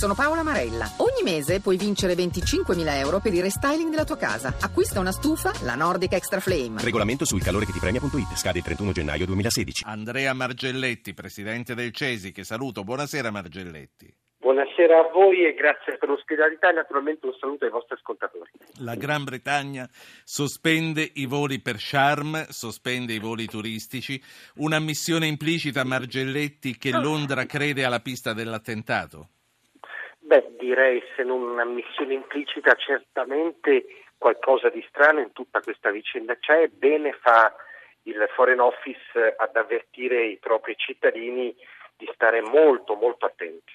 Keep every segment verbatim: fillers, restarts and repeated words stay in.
sono Paola Marella. Ogni mese puoi vincere venticinquemila euro per il restyling della tua casa. Acquista una stufa, la Nordic Extra Flame. Regolamento sul calore che ti premia punto it. Scade il trentuno gennaio duemilasedici. Andrea Margelletti, presidente del Cesi, che saluto. Buonasera Margelletti. Buonasera a voi e grazie per l'ospitalità e naturalmente un saluto ai vostri ascoltatori. La Gran Bretagna sospende i voli per Sharm, sospende i voli turistici. Una ammissione implicita, Margelletti, che Londra crede alla pista dell'attentato? Beh, direi se non un'ammissione implicita, certamente qualcosa di strano in tutta questa vicenda c'è. Bene fa il Foreign Office ad avvertire i propri cittadini di stare molto molto attenti.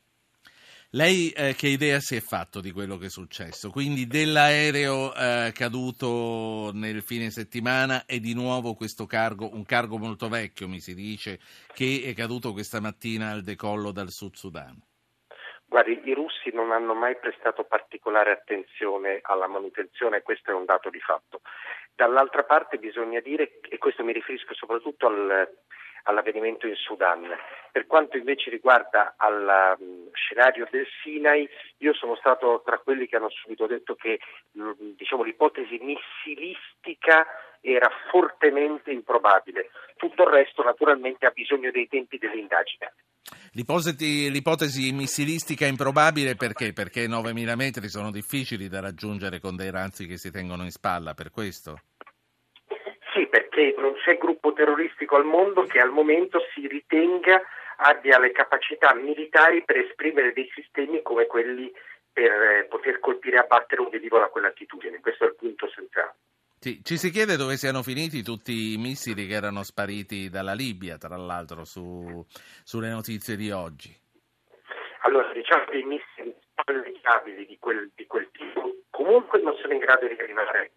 Lei eh, che idea si è fatto di quello che è successo? Quindi dell'aereo eh, caduto nel fine settimana e di nuovo questo cargo, un cargo molto vecchio mi si dice, che è caduto questa mattina al decollo dal Sud Sudan? Guardi, i russi non hanno mai prestato particolare attenzione alla manutenzione, questo è un dato di fatto. Dall'altra parte bisogna dire, e questo mi riferisco soprattutto al, all'avvenimento in Sudan, per quanto invece riguarda al um, scenario del Sinai, io sono stato tra quelli che hanno subito detto che diciamo, l'ipotesi missilistica era fortemente improbabile. Tutto il resto naturalmente ha bisogno dei tempi dell'indagine. L'ipotesi, l'ipotesi missilistica improbabile perché? Perché novemila metri sono difficili da raggiungere con dei razzi che si tengono in spalla, per questo? Sì, perché non c'è gruppo terroristico al mondo che al momento si ritenga abbia le capacità militari per esprimere dei sistemi come quelli per poter colpire e abbattere un velivolo a quell'altitudine. Questo è il punto centrale. Sì, ci si chiede dove siano finiti tutti i missili che erano spariti dalla Libia, tra l'altro, su, sulle notizie di oggi. Allora, diciamo che i missili stabili di quel, di quel tipo comunque non sono in grado di arrivare.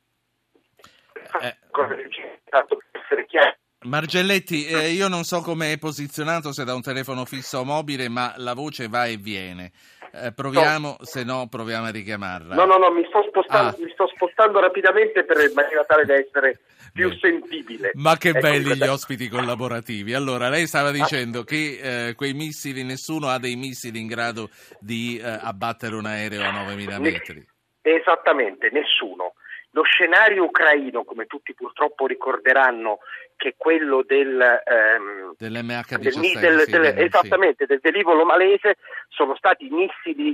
Eh, Cosa che c'è stato per essere chiaro. Margelletti, eh, io non so come è posizionato, se da un telefono fisso o mobile, ma la voce va e viene. Eh, proviamo, no. Se no proviamo a richiamarla. No, no, no, mi sto spostando, ah. mi sto spostando rapidamente per in maniera tale da essere più Beh. sentibile. Ma che ecco, belli gli da... ospiti collaborativi. Allora, lei stava dicendo ah. che eh, quei missili, nessuno ha dei missili in grado di eh, abbattere un aereo a novemila metri. Esattamente, nessuno. Lo scenario ucraino, come tutti purtroppo ricorderanno, che è quello del, ehm, dell'emme acca diciassette, del, sì, del, del, esattamente, sì. del velivolo malese, sono stati missili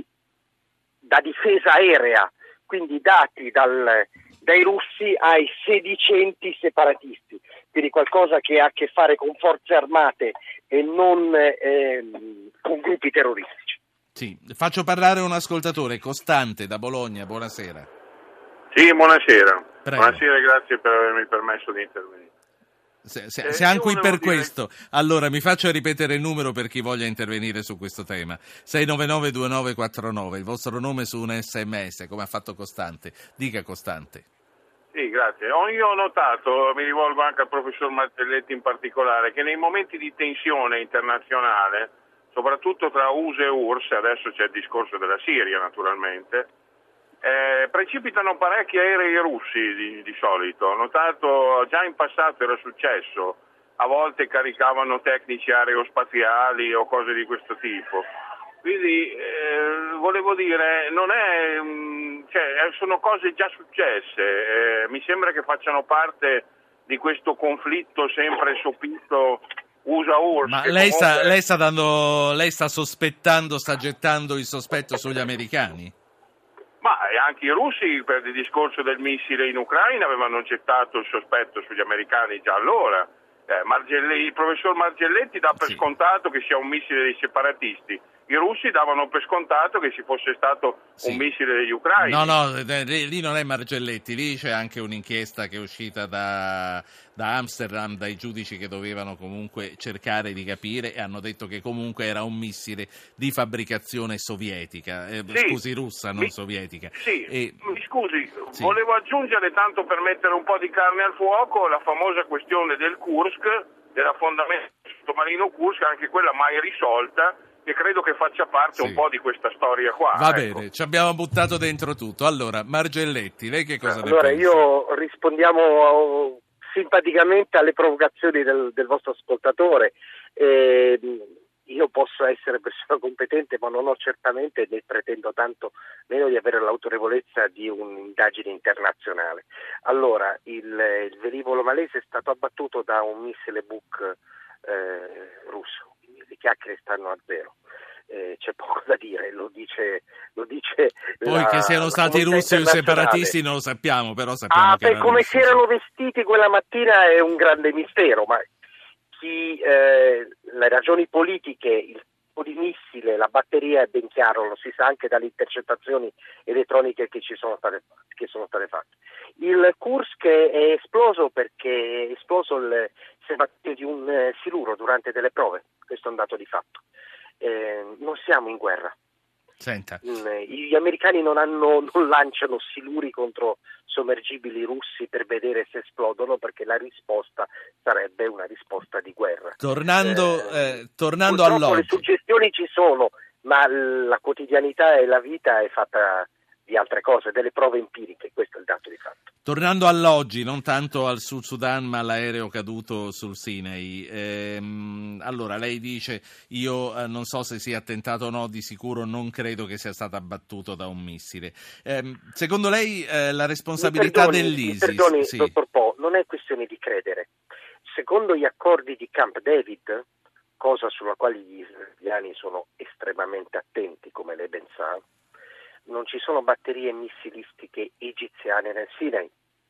da difesa aerea, quindi dati dal, dai russi ai sedicenti separatisti, quindi qualcosa che ha a che fare con forze armate e non ehm, con gruppi terroristici. Sì, faccio parlare un ascoltatore, Costante da Bologna, buonasera. Sì, buonasera. Prego. Buonasera e grazie per avermi permesso di intervenire. Se, se, eh, siamo qui per dire... questo. Allora, mi faccio ripetere il numero per chi voglia intervenire su questo tema. sei nove nove due nove quattro nove, il vostro nome su un sms, come ha fatto Costante. Dica, Costante. Sì, grazie. Io ho notato, mi rivolgo anche al professor Margelletti in particolare, che nei momenti di tensione internazionale, soprattutto tra U S A e U R S S, adesso c'è il discorso della Siria naturalmente, Eh, precipitano parecchi aerei russi di, di solito. Ho notato, già in passato era successo, a volte caricavano tecnici aerospaziali o cose di questo tipo. Quindi eh, volevo dire, non è, mh, cioè, sono cose già successe, eh, mi sembra che facciano parte di questo conflitto sempre sopito U S A-U R S S. Ma comunque... lei sta, lei sta dando, lei sta sospettando, sta gettando il sospetto sugli americani? Ma anche i russi, per il discorso del missile in Ucraina, avevano gettato il sospetto sugli americani già allora. Eh, Margelletti, il professor Margelletti dà per sì. scontato che sia un missile dei separatisti. I russi davano per scontato che ci fosse stato sì. un missile degli ucraini. No, no, lì non è Margelletti, lì c'è anche un'inchiesta che è uscita da, da Amsterdam, dai giudici che dovevano comunque cercare di capire e hanno detto che comunque era un missile di fabbricazione sovietica, eh, sì. scusi, russa, non mi, sottomatica. Sì, e, mi scusi, sì. volevo aggiungere, tanto per mettere un po' di carne al fuoco, la famosa questione del Kursk, dell'affondamento sottomarino Kursk, anche quella mai risolta, che credo che faccia parte sì. un po' di questa storia qua. Va ecco. bene, ci abbiamo buttato dentro tutto. Allora, Margelletti, lei che cosa allora, ne pensa? Allora, io rispondiamo simpaticamente alle provocazioni del, del vostro ascoltatore. Eh, io posso essere persona competente, ma non ho certamente né pretendo tanto meno di avere l'autorevolezza di un'indagine internazionale. Allora, il, il velivolo malese è stato abbattuto da un missile Buk eh, russo, le chiacchiere stanno a zero. Eh, c'è poco da dire, lo dice, lo dice poi la, che siano stati russi o separatisti non lo sappiamo, però sappiamo ah, che per come si erano vestiti quella mattina è un grande mistero, ma chi, eh, le ragioni politiche, il tipo di missile, la batteria è ben chiaro, lo si sa anche dalle intercettazioni elettroniche che ci sono state, che sono state fatte. Il Kursk è esploso perché è esploso il serbatoio di un eh, siluro durante delle prove, questo è un dato di fatto. Eh, non siamo in guerra. Senta. Gli americani non, hanno, non lanciano siluri contro sommergibili russi per vedere se esplodono, perché la risposta sarebbe una risposta di guerra. Tornando, eh, eh, tornando purtroppo all'oggi. Le suggestioni ci sono, ma la quotidianità e la vita è fatta di altre cose, delle prove empiriche, questo è il dato di fatto. Tornando all'oggi, non tanto al Sud Sudan ma all'aereo caduto sul Sinai, ehm, allora lei dice io eh, non so se sia attentato o no, di sicuro non credo che sia stato abbattuto da un missile. Ehm, secondo lei eh, la responsabilità mi perdoni, dell'ISIS? Mi perdoni, sì. dottor Po, non è questione di credere. Secondo gli accordi di Camp David, cosa sulla quale gli israeliani sono estremamente attenti, come lei ben sa, non ci sono batterie missilistiche egiziane nel Sinai.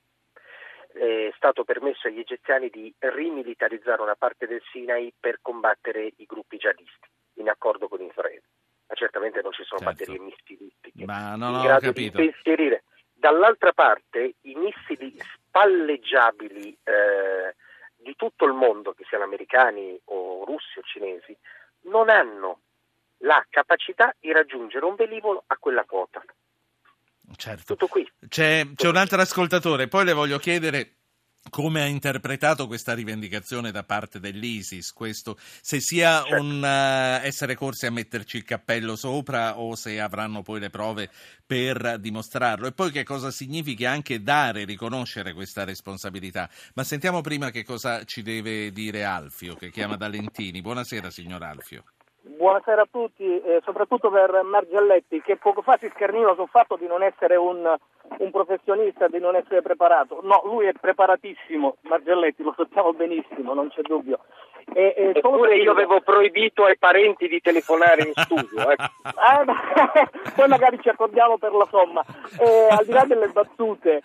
È stato permesso agli egiziani di rimilitarizzare una parte del Sinai per combattere i gruppi jihadisti, in accordo con Israele. Ma certamente non ci sono certo. batterie missilistiche Ma non in ho grado capito. di impensierire. Dall'altra parte, i missili spalleggiabili eh, di tutto il mondo, che siano americani o russi o cinesi, non hanno la capacità di raggiungere un velivolo a quella quota. Certo. Tutto qui. C'è, c'è un altro ascoltatore, poi le voglio chiedere come ha interpretato questa rivendicazione da parte dell'ISIS, questo, se sia certo. un uh, essere corsi a metterci il cappello sopra o se avranno poi le prove per dimostrarlo, e poi che cosa significa anche dare, riconoscere questa responsabilità. Ma sentiamo prima che cosa ci deve dire Alfio, che chiama da Lentini. Buonasera signor Alfio. Buonasera a tutti, eh, soprattutto per Margelletti, che poco fa si scherniva sul fatto di non essere un, un professionista, di non essere preparato. No, lui è preparatissimo, Margelletti, lo sappiamo benissimo, non c'è dubbio. E, e Eppure io avevo proibito ai parenti di telefonare in studio. Eh. eh, poi magari ci accordiamo per la somma. Eh, al di là delle battute,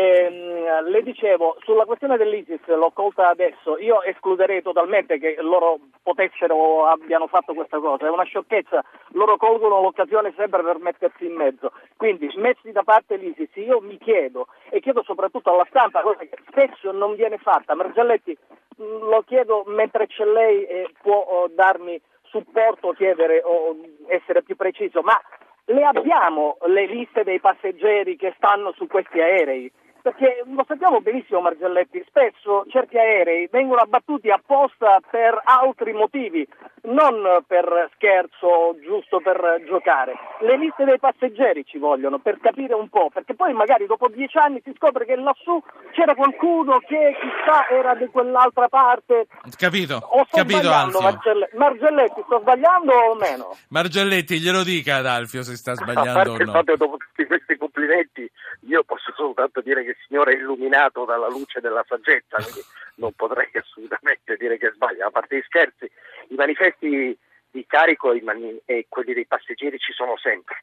ehm, le dicevo, sulla questione dell'ISIS, l'ho colta adesso, io escluderei totalmente che loro potessero o abbiano fatto questa cosa, è una sciocchezza, loro colgono l'occasione sempre per mettersi in mezzo. Quindi, messi da parte l'ISIS, io mi chiedo, e chiedo soprattutto alla stampa, cosa che spesso non viene fatta, Margelletti, lo chiedo mentre c'è lei e può oh, darmi supporto, chiedere o essere più preciso, ma le abbiamo le liste dei passeggeri che stanno su questi aerei? Perché lo sappiamo benissimo, Margelletti, spesso certi aerei vengono abbattuti apposta per altri motivi, non per scherzo, giusto per giocare. Le liste dei passeggeri ci vogliono per capire un po', perché poi magari dopo dieci anni si scopre che lassù c'era qualcuno che chissà era di quell'altra parte. Capito, o sto capito Alfio. Margelletti, Margelletti, sto sbagliando o meno? Margelletti, glielo dica ad Alfio se sta A sbagliando parte o il no. fatto che dopo tutti questi complimenti io posso soltanto dire che il signore è illuminato dalla luce della saggezza, quindi non potrei assolutamente dire che sbaglia. A parte gli scherzi, i manifesti di carico e, mani- e quelli dei passeggeri ci sono sempre,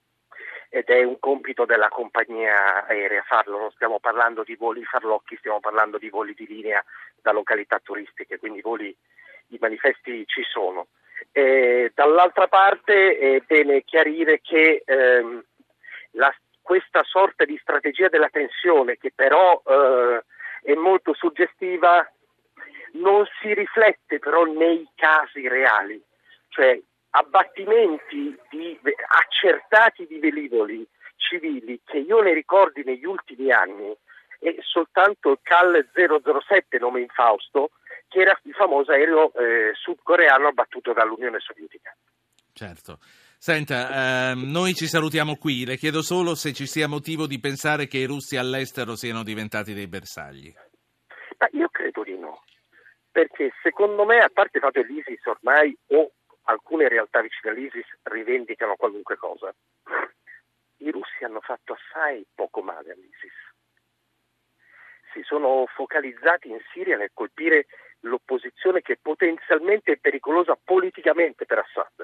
ed è un compito della compagnia aerea farlo. Non stiamo parlando di voli farlocchi, stiamo parlando di voli di linea da località turistiche, quindi i voli, i manifesti ci sono. E dall'altra parte è bene chiarire che ehm, la questa sorta di strategia della tensione, che però eh, è molto suggestiva, non si riflette però nei casi reali, cioè abbattimenti di, accertati di velivoli civili che io ne ricordi negli ultimi anni è soltanto il C A L zero zero sette, nome infausto, che era il famoso aereo eh, sudcoreano abbattuto dall'Unione Sovietica. Certo. Senta, ehm, noi ci salutiamo qui, le chiedo solo se ci sia motivo di pensare che i russi all'estero siano diventati dei bersagli. Ma io credo di no, perché secondo me, a parte il fatto che l'ISIS ormai o alcune realtà vicine all'ISIS rivendicano qualunque cosa. I russi hanno fatto assai poco male all'ISIS. Si sono focalizzati in Siria nel colpire l'opposizione che potenzialmente è pericolosa politicamente per Assad.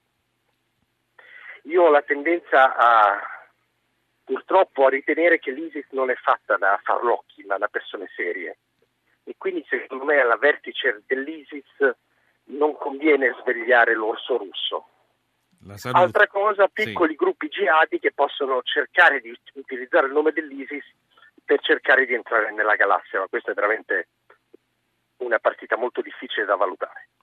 Io ho la tendenza a, purtroppo, a ritenere che l'ISIS non è fatta da farlocchi, ma da persone serie. E quindi secondo me alla vertice dell'ISIS non conviene svegliare l'orso russo. Altra cosa, piccoli sì. gruppi jihadi che possono cercare di utilizzare il nome dell'ISIS per cercare di entrare nella galassia, ma questa è veramente una partita molto difficile da valutare.